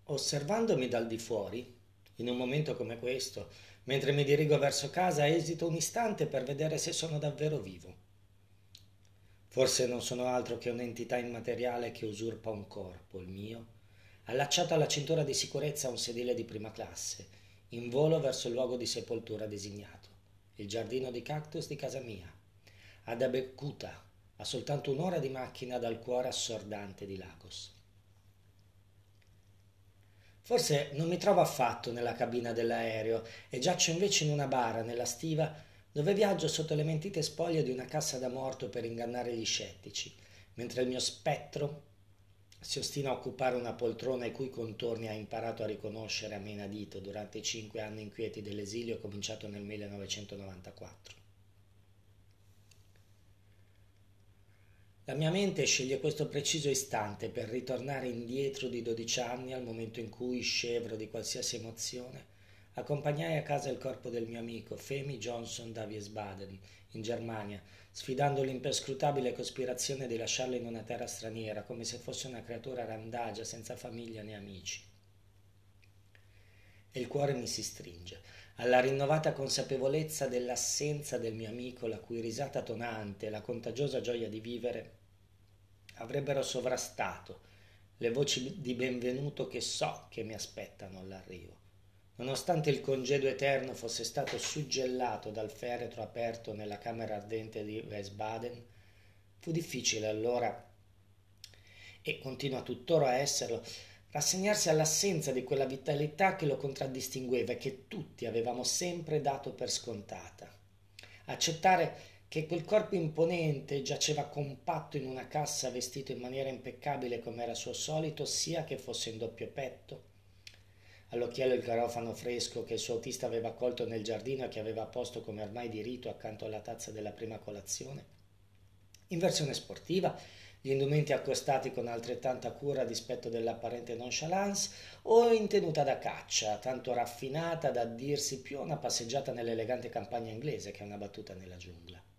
Osservandomi dal di fuori, in un momento come questo, mentre mi dirigo verso casa, esito un istante per vedere se sono davvero vivo. Forse non sono altro che un'entità immateriale che usurpa un corpo, il mio, allacciato alla cintura di sicurezza a un sedile di prima classe, in volo verso il luogo di sepoltura designato, il giardino di cactus di casa mia, ad Abeokuta, a soltanto un'ora di macchina dal cuore assordante di Lagos. Forse non mi trovo affatto nella cabina dell'aereo e giaccio invece in una bara nella stiva dove viaggio sotto le mentite spoglie di una cassa da morto per ingannare gli scettici, mentre il mio spettro si ostina a occupare una poltrona i cui contorni ha imparato a riconoscere a menadito durante i 5 anni inquieti dell'esilio cominciato nel 1994. La mia mente sceglie questo preciso istante per ritornare indietro di 12 anni al momento in cui, scevro di qualsiasi emozione, accompagnai a casa il corpo del mio amico Femi Johnson da Wiesbaden, in Germania, sfidando l'imperscrutabile cospirazione di lasciarlo in una terra straniera, come se fosse una creatura randagia, senza famiglia né amici. E il cuore mi si stringe, alla rinnovata consapevolezza dell'assenza del mio amico, la cui risata tonante e la contagiosa gioia di vivere avrebbero sovrastato le voci di benvenuto che so che mi aspettano all'arrivo. Nonostante il congedo eterno fosse stato suggellato dal feretro aperto nella camera ardente di Wiesbaden, fu difficile allora, e continua tuttora a esserlo, rassegnarsi all'assenza di quella vitalità che lo contraddistingueva e che tutti avevamo sempre dato per scontata. Accettare che quel corpo imponente giaceva compatto in una cassa vestito in maniera impeccabile come era suo solito, sia che fosse in doppio petto, all'occhiello il garofano fresco che il suo autista aveva colto nel giardino e che aveva posto come ormai di rito accanto alla tazza della prima colazione, in versione sportiva, gli indumenti accostati con altrettanta cura a dispetto dell'apparente nonchalance, o in tenuta da caccia, tanto raffinata da dirsi più una passeggiata nell'elegante campagna inglese che una battuta nella giungla.